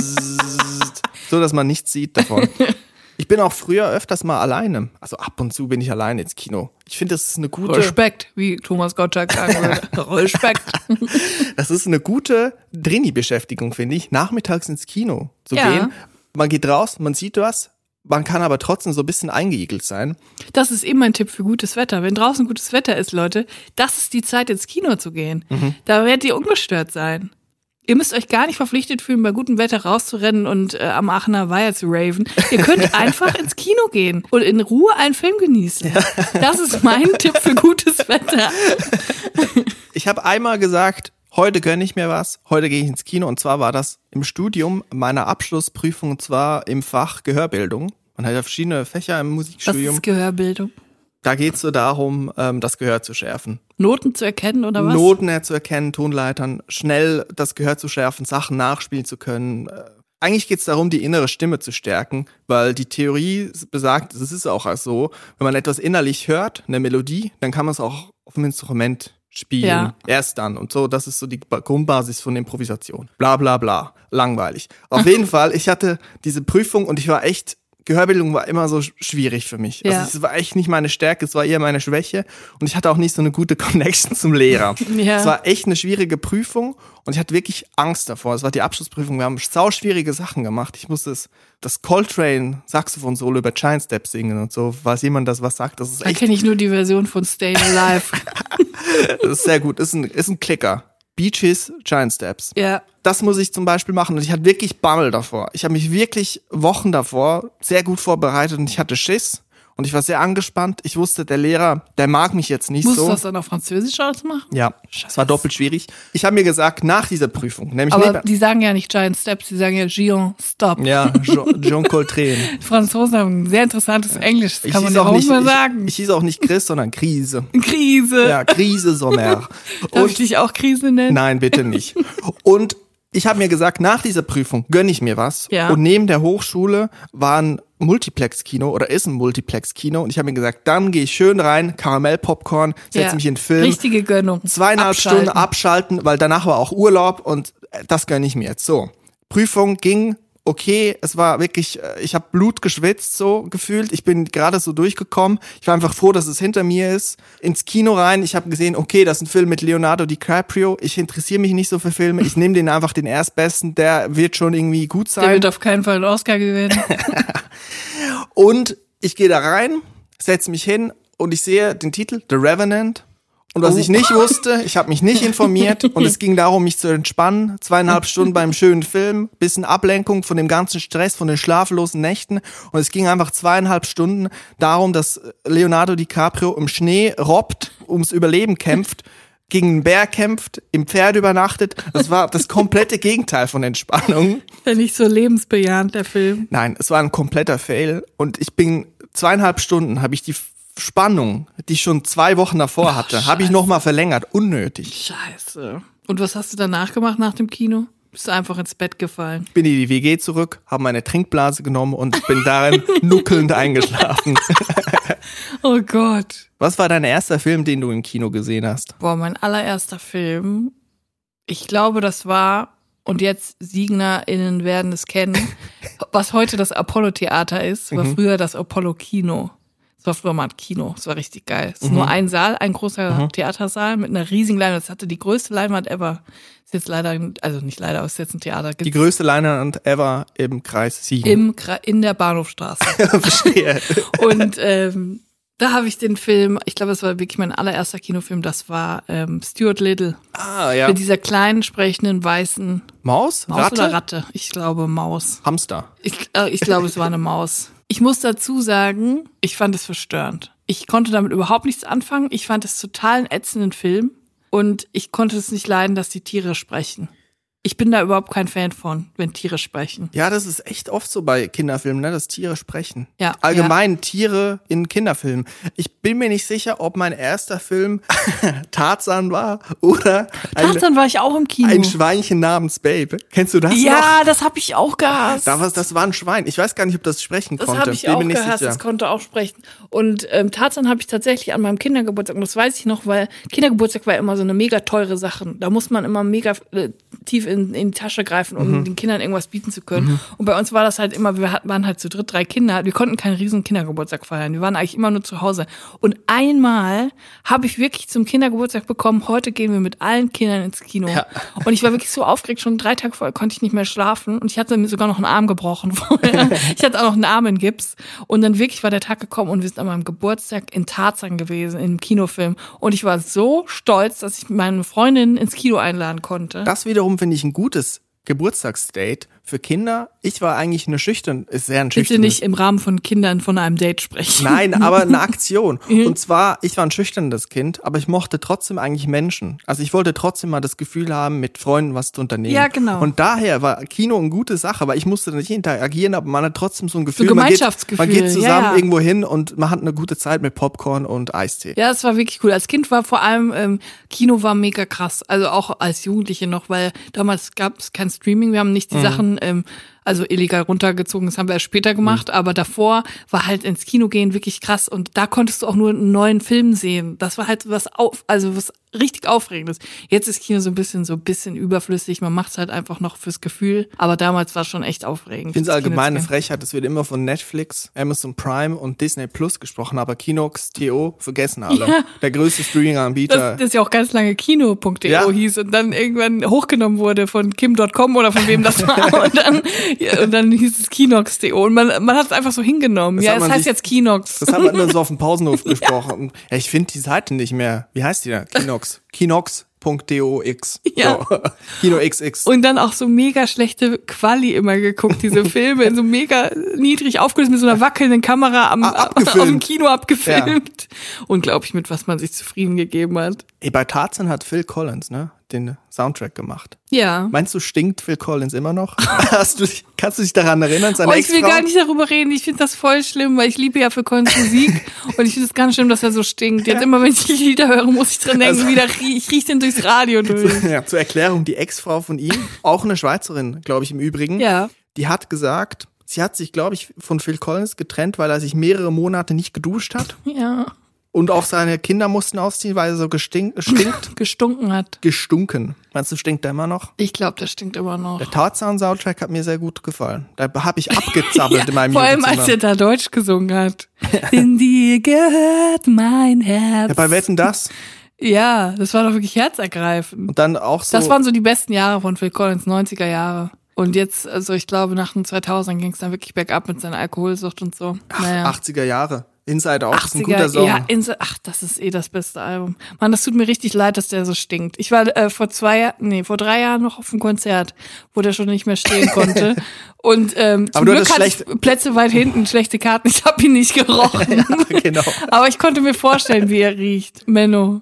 so dass man nichts sieht davon. Ich bin auch früher öfters mal alleine. Also ab und zu bin ich alleine ins Kino. Ich finde, das ist eine gute... Respekt, wie Thomas Gottschalk sagen würde. Respekt. Das ist eine gute Drini-Beschäftigung, finde ich, nachmittags ins Kino zu gehen. Man geht raus, man sieht was, man kann aber trotzdem so ein bisschen eingeigelt sein. Das ist eben mein Tipp für gutes Wetter. Wenn draußen gutes Wetter ist, Leute, das ist die Zeit, ins Kino zu gehen. Da werdet ihr ungestört sein. Ihr müsst euch gar nicht verpflichtet fühlen, bei gutem Wetter rauszurennen und am Aachener Weiher zu raven. Ihr könnt einfach ins Kino gehen und in Ruhe einen Film genießen. Das ist mein Tipp für gutes Wetter. Ich habe einmal gesagt, heute gönne ich mir was, heute gehe ich ins Kino. Und zwar war das im Studium meiner Abschlussprüfung, und zwar im Fach Gehörbildung. Man hat ja verschiedene Fächer im Musikstudium. Was ist Gehörbildung? Da geht es so darum, das Gehör zu schärfen. Noten zu erkennen oder was? Noten zu erkennen, Tonleitern, schnell das Gehör zu schärfen, Sachen nachspielen zu können. Eigentlich geht es darum, die innere Stimme zu stärken, weil die Theorie besagt, es ist auch so, wenn man etwas innerlich hört, eine Melodie, dann kann man es auch auf dem Instrument spielen. Ja. Erst dann und so, das ist so die Grundbasis von Improvisation. Bla bla bla, langweilig. Auf jeden Fall, ich hatte diese Prüfung und ich war echt, Gehörbildung war immer so schwierig für mich. Ja. Also es war echt nicht meine Stärke, es war eher meine Schwäche und ich hatte auch nicht so eine gute Connection zum Lehrer. Ja. Es war echt eine schwierige Prüfung und ich hatte wirklich Angst davor. Es war die Abschlussprüfung, wir haben sauschwierige Sachen gemacht. Ich musste das Coltrane-Saxophon-Solo über Giant Steps singen und so, falls jemand das was sagt. Das ist echt. Da kenne ich nur die Version von Staying Alive. Das ist sehr gut, ist ein Klicker. Bee Gees, Giant Steps. Ja. Das muss ich zum Beispiel machen und ich hatte wirklich Bammel davor. Ich habe mich wirklich Wochen davor sehr gut vorbereitet und ich hatte Schiss und ich war sehr angespannt. Ich wusste, der Lehrer, der mag mich jetzt nicht so. Musst du das dann auf Französisch alles machen? Ja, es war doppelt schwierig. Ich habe mir gesagt, nach dieser Prüfung, nämlich aber die sagen ja nicht Giant Steps, die sagen ja Gion Stop. Ja, John Coltrane. Die Franzosen haben ein sehr interessantes Englisch, das kann man ja auch nicht mal sagen. Ich hieß auch nicht Chris, sondern Krise. Krise. Ja, Krise Sommer. Darf ich dich auch Krise nennen? Nein, bitte nicht. Und ich habe mir gesagt, nach dieser Prüfung gönne ich mir was. Ja. Und neben der Hochschule war ein Multiplex-Kino oder ist ein Multiplex-Kino. Und ich habe mir gesagt, dann gehe ich schön rein, Karamell-Popcorn, setze mich in den Film. Richtige Gönnung. 2,5 Stunden abschalten, weil danach war auch Urlaub und das gönne ich mir jetzt. So, Prüfung ging okay, es war wirklich, ich habe Blut geschwitzt so gefühlt, ich bin gerade so durchgekommen, ich war einfach froh, dass es hinter mir ist, ins Kino rein, ich habe gesehen, okay, das ist ein Film mit Leonardo DiCaprio, ich interessiere mich nicht so für Filme, ich nehme den einfach den erstbesten, der wird schon irgendwie gut sein. Der wird auf keinen Fall einen Oscar gewinnen. Und ich gehe da rein, setze mich hin und ich sehe den Titel, The Revenant. Und was ich nicht wusste, ich habe mich nicht informiert und es ging darum, mich zu entspannen. 2,5 Stunden beim schönen Film, bisschen Ablenkung von dem ganzen Stress, von den schlaflosen Nächten. Und es ging einfach 2,5 Stunden darum, dass Leonardo DiCaprio im Schnee robbt, ums Überleben kämpft, gegen einen Bär kämpft, im Pferd übernachtet. Das war das komplette Gegenteil von Entspannung. Ja, nicht so lebensbejahend, der Film. Nein, es war ein kompletter Fail. Und ich bin 2,5 Stunden, habe ich die Spannung, die ich schon 2 Wochen davor hatte, habe ich nochmal verlängert. Unnötig. Scheiße. Und was hast du danach gemacht nach dem Kino? Bist du einfach ins Bett gefallen? Bin in die WG zurück, habe meine Trinkblase genommen und bin darin nuckelnd eingeschlafen. Oh Gott. Was war dein erster Film, den du im Kino gesehen hast? Boah, mein allererster Film, ich glaube, das war, und jetzt SiegnerInnen werden es kennen, was heute das Apollo-Theater ist, war früher das Apollo-Kino. Es war früher mal ein Kino, es war richtig geil. Es ist nur ein Saal, ein großer Theatersaal mit einer riesigen Leinwand. Es hatte die größte Leinwand ever. Ist jetzt leider, also nicht leider, aber ist jetzt ein Theater. Die größte Leinwand ever im Kreis Siegen. In der Bahnhofstraße. Verstehe. Und da habe ich den Film, ich glaube, das war wirklich mein allererster Kinofilm, das war Stuart Little. Ah, ja. Mit dieser kleinen, sprechenden, weißen Maus? Ratte? Oder Ratte? Ich glaube Maus. Hamster. Ich glaube, es war eine Maus. Ich muss dazu sagen, ich fand es verstörend. Ich konnte damit überhaupt nichts anfangen. Ich fand es total einen ätzenden Film. Und ich konnte es nicht leiden, dass die Tiere sprechen. Ich bin da überhaupt kein Fan von, wenn Tiere sprechen. Ja, das ist echt oft so bei Kinderfilmen, ne, dass Tiere sprechen. Ja. Allgemein Tiere in Kinderfilmen. Ich bin mir nicht sicher, ob mein erster Film Tarzan war oder Tarzan war ich auch im Kino. Ein Schweinchen namens Babe. Kennst du das noch? Ja, das habe ich auch gehasst. Das war ein Schwein. Ich weiß gar nicht, ob das sprechen konnte. Das habe ich auch gehasst, das konnte auch sprechen. Und Tarzan habe ich tatsächlich an meinem Kindergeburtstag, und das weiß ich noch, weil Kindergeburtstag war immer so eine mega teure Sache. Da muss man immer mega tief in die Tasche greifen, um den Kindern irgendwas bieten zu können. Und bei uns war das halt immer, wir waren halt zu dritt, 3 Kinder. Wir konnten keinen riesen Kindergeburtstag feiern. Wir waren eigentlich immer nur zu Hause. Und einmal habe ich wirklich zum Kindergeburtstag bekommen, heute gehen wir mit allen Kindern ins Kino. Ja. Und ich war wirklich so aufgeregt, schon 3 Tage vorher konnte ich nicht mehr schlafen. Und ich hatte mir sogar noch einen Arm gebrochen vorher. Ich hatte auch noch einen Arm in Gips. Und dann wirklich war der Tag gekommen und wir sind an meinem Geburtstag in Tarzan gewesen, im Kinofilm. Und ich war so stolz, dass ich meine Freundin ins Kino einladen konnte. Das wiederum finde ich ein gutes Geburtstagsdate für Kinder. Ich war eigentlich sehr ein schüchternes. Bitte nicht im Rahmen von Kindern von einem Date sprechen. Nein, aber eine Aktion. Und zwar, ich war ein schüchternes Kind, aber ich mochte trotzdem eigentlich Menschen. Also ich wollte trotzdem mal das Gefühl haben, mit Freunden was zu unternehmen. Ja, genau. Und daher war Kino eine gute Sache, weil ich musste nicht interagieren, aber man hat trotzdem so ein Gefühl. So Gemeinschaftsgefühl. Man geht zusammen irgendwo hin und man hat eine gute Zeit mit Popcorn und Eistee. Ja, es war wirklich cool. Als Kind war vor allem, Kino war mega krass. Also auch als Jugendliche noch, weil damals gab es kein Streaming. Wir haben nicht die Sachen also illegal runtergezogen, das haben wir erst später gemacht, aber davor war halt ins Kino gehen wirklich krass und da konntest du auch nur einen neuen Film sehen. Das war halt was richtig Aufregendes. Jetzt ist Kino so ein bisschen überflüssig, man macht es halt einfach noch fürs Gefühl, aber damals war es schon echt aufregend. Ich finde es allgemeine Frechheit, es wird immer von Netflix, Amazon Prime und Disney Plus gesprochen, aber Kinox.to vergessen alle. Ja. Der größte Streaming-Anbieter. Das ja auch ganz lange Kino.to hieß und dann irgendwann hochgenommen wurde von Kim.com oder von wem das war und dann hieß es Kinox.to und man hat es einfach so hingenommen. Ja, es heißt jetzt Kinox. Das haben wir nur so auf dem Pausenhof gesprochen. Ja, ich finde die Seite nicht mehr. Wie heißt die da? Kinox.dox. Ja. So. Kino XX. Und dann auch so mega schlechte Quali immer geguckt, diese Filme, so mega niedrig aufgelöst mit so einer wackelnden Kamera aus dem Kino abgefilmt. Ja. Unglaublich, mit was man sich zufrieden gegeben hat. Bei Tarzan hat Phil Collins, den Soundtrack gemacht. Ja. Meinst du, stinkt Phil Collins immer noch? Kannst du dich daran erinnern, seine Ex-Frau? Ich will gar nicht darüber reden. Ich finde das voll schlimm, weil ich liebe ja Phil Collins Musik und ich finde es ganz schlimm, dass er so stinkt. Jetzt immer, wenn ich die Lieder höre, muss ich dran denken, ich riech den durchs Radio durch. Ja, zur Erklärung, die Ex-Frau von ihm, auch eine Schweizerin, glaube ich im Übrigen, die hat gesagt, sie hat sich, glaube ich, von Phil Collins getrennt, weil er sich mehrere Monate nicht geduscht hat. Ja. Und auch seine Kinder mussten ausziehen, weil er so gestunken hat. Gestunken. Meinst du, stinkt der immer noch? Ich glaube, der stinkt immer noch. Der Tarzan-Soundtrack hat mir sehr gut gefallen. Da habe ich abgezappelt in meinem Vor allem, als er da Deutsch gesungen hat. In dir gehört mein Herz. Ja, bei Wetten, das? Ja, das war doch wirklich herzergreifend. Und dann auch so. Das waren so die besten Jahre von Phil Collins, 90er Jahre. Und jetzt, also ich glaube, nach den 2000 ging es dann wirklich bergab mit seiner Alkoholsucht und so. Naja. 80er Jahre. Inside Out ist ein guter Song. Ja, das ist das beste Album. Mann, das tut mir richtig leid, dass der so stinkt. Ich war vor 3 Jahren noch auf einem Konzert, wo der schon nicht mehr stehen konnte. Und zum Glück hatte ich Plätze weit hinten, schlechte Karten. Ich habe ihn nicht gerochen. Ja, genau. Aber ich konnte mir vorstellen, wie er riecht. Menno.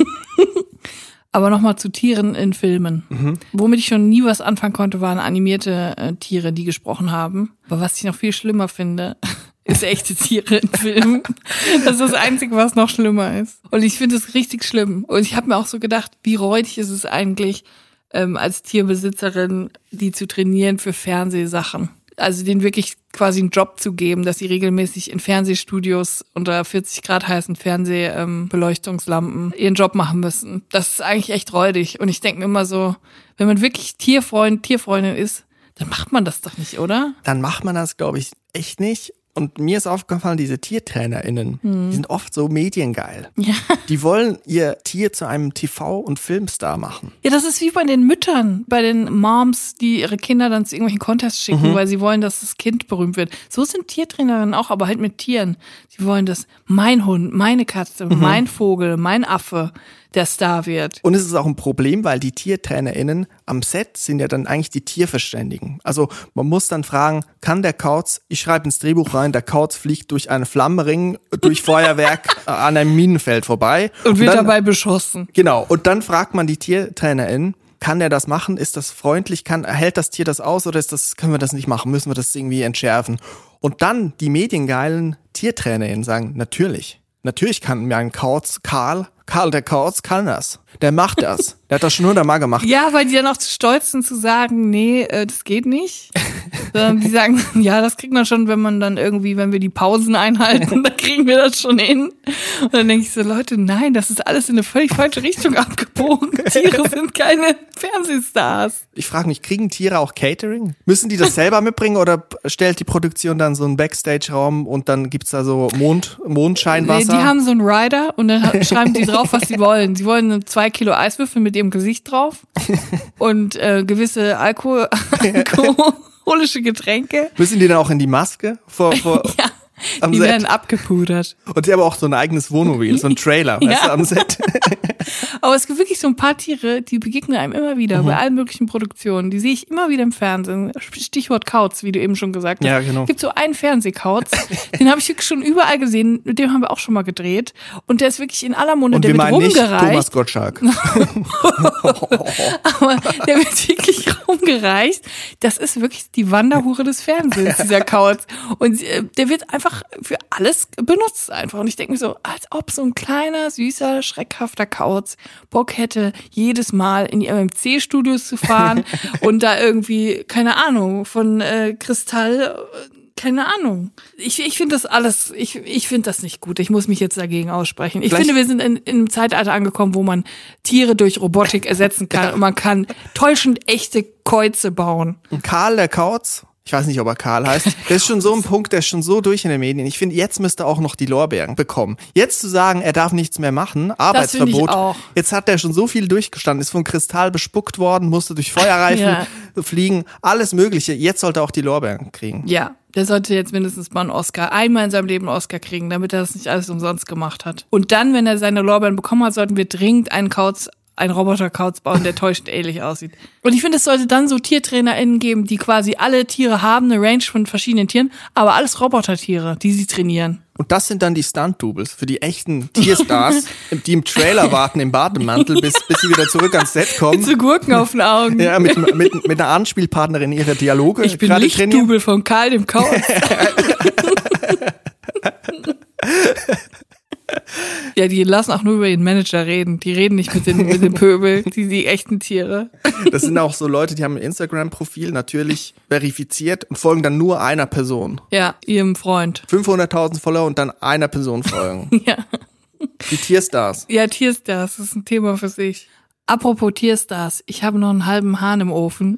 Aber nochmal zu Tieren in Filmen. Womit ich schon nie was anfangen konnte, waren animierte Tiere, die gesprochen haben. Aber was ich noch viel schlimmer finde, ist echte Tiere in Filmen. Das ist das Einzige, was noch schlimmer ist. Und ich finde es richtig schlimm. Und ich habe mir auch so gedacht, wie räudig ist es eigentlich, als Tierbesitzerin, die zu trainieren für Fernsehsachen. Also denen wirklich quasi einen Job zu geben, dass sie regelmäßig in Fernsehstudios unter 40 Grad heißen Fernsehbeleuchtungslampen ihren Job machen müssen. Das ist eigentlich echt räudig. Und ich denke mir immer so, wenn man wirklich Tierfreundin ist, dann macht man das doch nicht, oder? Dann macht man das, glaube ich, echt nicht. Und mir ist aufgefallen, diese TiertrainerInnen, die sind oft so mediengeil. Ja. Die wollen ihr Tier zu einem TV- und Filmstar machen. Ja, das ist wie bei den Müttern, bei den Moms, die ihre Kinder dann zu irgendwelchen Contests schicken, weil sie wollen, dass das Kind berühmt wird. So sind Tiertrainerinnen auch, aber halt mit Tieren. Sie wollen, dass mein Hund, meine Katze, mein Vogel, mein Affe der Star wird. Und es ist auch ein Problem, weil die TiertrainerInnen am Set sind ja dann eigentlich die Tierverständigen. Also man muss dann fragen, kann der Kauz, ich schreibe ins Drehbuch rein, der Kauz fliegt durch einen Flammenring, durch Feuerwerk an einem Minenfeld vorbei. Und wird dabei beschossen. Genau, und dann fragt man die TiertrainerInnen, kann der das machen? Ist das freundlich? Hält das Tier das aus oder können wir das nicht machen? Müssen wir das irgendwie entschärfen? Und dann die mediengeilen TiertrainerInnen sagen, natürlich kann mir ein Kauz, Karl der Kauz kann das. Der macht das. Der hat das schon 100-mal gemacht. Ja, weil die dann auch zu stolz sind zu sagen, nee, das geht nicht. Sondern die sagen, ja, das kriegt man schon, wenn wir die Pausen einhalten, dann kriegen wir das schon hin. Und dann denke ich so, Leute, nein, das ist alles in eine völlig falsche Richtung abgebogen. Tiere sind keine Fernsehstars. Ich frage mich, kriegen Tiere auch Catering? Müssen die das selber mitbringen oder stellt die Produktion dann so einen Backstage-Raum und dann gibt's da so Mondscheinwasser? Nee, die haben so einen Rider und dann schreiben die drauf, was sie wollen. Sie wollen 2 Kilo Eiswürfel mit ihrem Gesicht drauf und gewisse alkoholische Getränke. Müssen die dann auch in die Maske? Ja. Die werden abgepudert. Und die haben auch so ein eigenes Wohnmobil, so ein Trailer, weißt du, am Set. Aber es gibt wirklich so ein paar Tiere, die begegnen einem immer wieder bei allen möglichen Produktionen. Die sehe ich immer wieder im Fernsehen. Stichwort Kauz, wie du eben schon gesagt hast. Ja, genau. Es gibt so einen Fernsehkauz, den habe ich wirklich schon überall gesehen. Mit dem haben wir auch schon mal gedreht. Und der ist wirklich in aller Munde. Und der wir wird meinen nicht rumgereicht. Thomas Gottschalk. Aber der wird wirklich rumgereicht. Das ist wirklich die Wanderhure des Fernsehens, dieser Kauz. Und der wird einfach für alles benutzt einfach. Und ich denke mir so, als ob so ein kleiner, süßer, schreckhafter Kauz Bock hätte, jedes Mal in die MMC-Studios zu fahren und da irgendwie, keine Ahnung, von Kristall, keine Ahnung. Ich finde das alles, ich finde das nicht gut. Ich muss mich jetzt dagegen aussprechen. Ich finde, wir sind in einem Zeitalter angekommen, wo man Tiere durch Robotik ersetzen kann und man kann täuschend echte Käuze bauen. Und Karl, der Kauz, ich weiß nicht, ob er Karl heißt, der ist schon so ein Punkt, der ist schon so durch in den Medien. Ich finde, jetzt müsste er auch noch die Lorbeeren bekommen. Jetzt zu sagen, er darf nichts mehr machen, Arbeitsverbot. Jetzt hat er schon so viel durchgestanden, ist von Kristall bespuckt worden, musste durch Feuerreifen fliegen, alles Mögliche. Jetzt sollte er auch die Lorbeeren kriegen. Ja, der sollte jetzt mindestens mal einmal in seinem Leben einen Oscar kriegen, damit er das nicht alles umsonst gemacht hat. Und dann, wenn er seine Lorbeeren bekommen hat, sollten wir dringend einen Roboter-Kauz bauen, der täuschend ähnlich aussieht. Und ich finde, es sollte dann so TiertrainerInnen geben, die quasi alle Tiere haben, eine Range von verschiedenen Tieren, aber alles Robotertiere, die sie trainieren. Und das sind dann die Stunt-Doubles für die echten Tierstars, die im Trailer warten, im Bademantel, bis sie wieder zurück ans Set kommen. Mit so Gurken auf den Augen. Ja, mit einer Anspielpartnerin ihre Dialoge. Ich bin Lichtdouble von Karl dem Kauz. Ja, die lassen auch nur über ihren Manager reden. Die reden nicht mit den Pöbel, die echten Tiere. Das sind auch so Leute, die haben ein Instagram-Profil natürlich verifiziert und folgen dann nur einer Person. Ja, ihrem Freund. 500.000 Follower und dann einer Person folgen. Ja. Die Tierstars. Ja, Tierstars, das ist ein Thema für sich. Apropos Tierstars, ich habe noch einen halben Hahn im Ofen.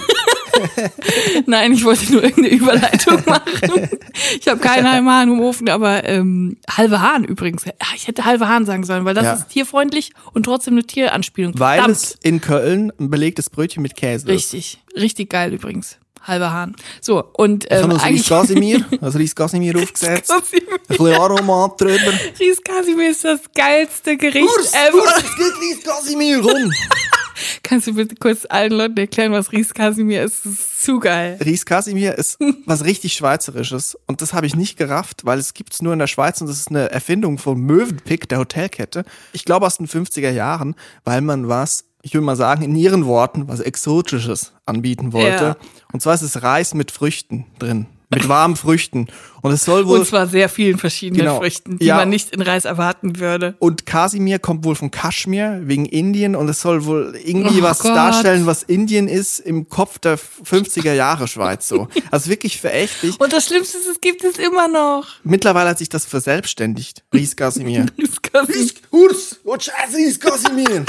Nein, ich wollte nur irgendeine Überleitung machen. Ich habe keinen halben Hahn im Ofen, aber halbe Hahn übrigens. Ich hätte halbe Hahn sagen sollen, weil das ist tierfreundlich und trotzdem eine Tieranspielung. Weil es in Köln ein belegtes Brötchen mit Käse ist. Richtig geil übrigens. Halber Hahn. So, und das Ries Casimir aufgesetzt. Ein bisschen Aromat drüber. Ries Casimir ist das geilste Gericht ever. Es geht Ries Casimir rum. Kannst du bitte kurz allen Leuten erklären, was Ries Casimir ist? Das ist zu geil. Ries Casimir ist was richtig Schweizerisches. Und das habe ich nicht gerafft, weil es gibt's nur in der Schweiz und das ist eine Erfindung von Mövenpick, der Hotelkette. Ich glaube aus den 50er Jahren, weil man ich will mal sagen, in ihren Worten, was Exotisches anbieten wollte. Ja. Und zwar ist es Reis mit Früchten drin. Mit warmen Früchten. Und es soll wohl. Und zwar sehr vielen verschiedenen Früchten, die man nicht in Reis erwarten würde. Und Kasimir kommt wohl von Kaschmir, wegen Indien. Und es soll wohl irgendwie darstellen, was Indien ist im Kopf der 50er Jahre Schweiz so. Also wirklich verächtlich. Und das Schlimmste ist, es gibt es immer noch. Mittlerweile hat sich das verselbstständigt. Ries Casimir. Ries Casimir. Ries Casimir.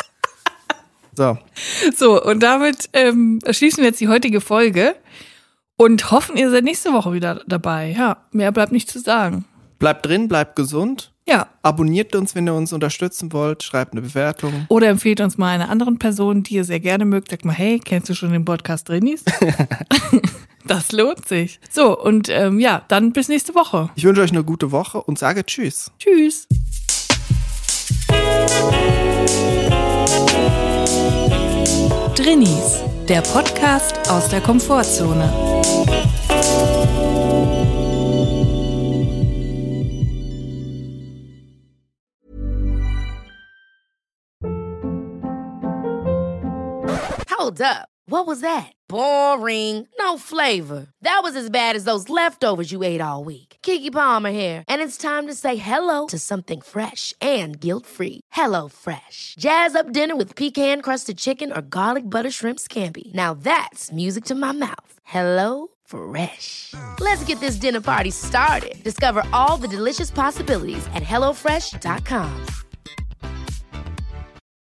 So, und damit schließen wir jetzt die heutige Folge und hoffen, ihr seid nächste Woche wieder dabei. Ja, mehr bleibt nicht zu sagen. Bleibt drin, bleibt gesund. Ja. Abonniert uns, wenn ihr uns unterstützen wollt. Schreibt eine Bewertung. Oder empfehlt uns mal einer anderen Person, die ihr sehr gerne mögt. Sagt mal, hey, kennst du schon den Podcast Drinis? Das lohnt sich. So, und dann bis nächste Woche. Ich wünsche euch eine gute Woche und sage Tschüss. Tschüss. Drinis, der Podcast aus der Komfortzone. Hold up. What was that? Boring. No flavor. That was as bad as those leftovers you ate all week. Keke Palmer here, and it's time to say hello to something fresh and guilt-free. Hello Fresh. Jazz up dinner with pecan-crusted chicken or garlic butter shrimp scampi. Now that's music to my mouth. Hello Fresh. Let's get this dinner party started. Discover all the delicious possibilities at HelloFresh.com.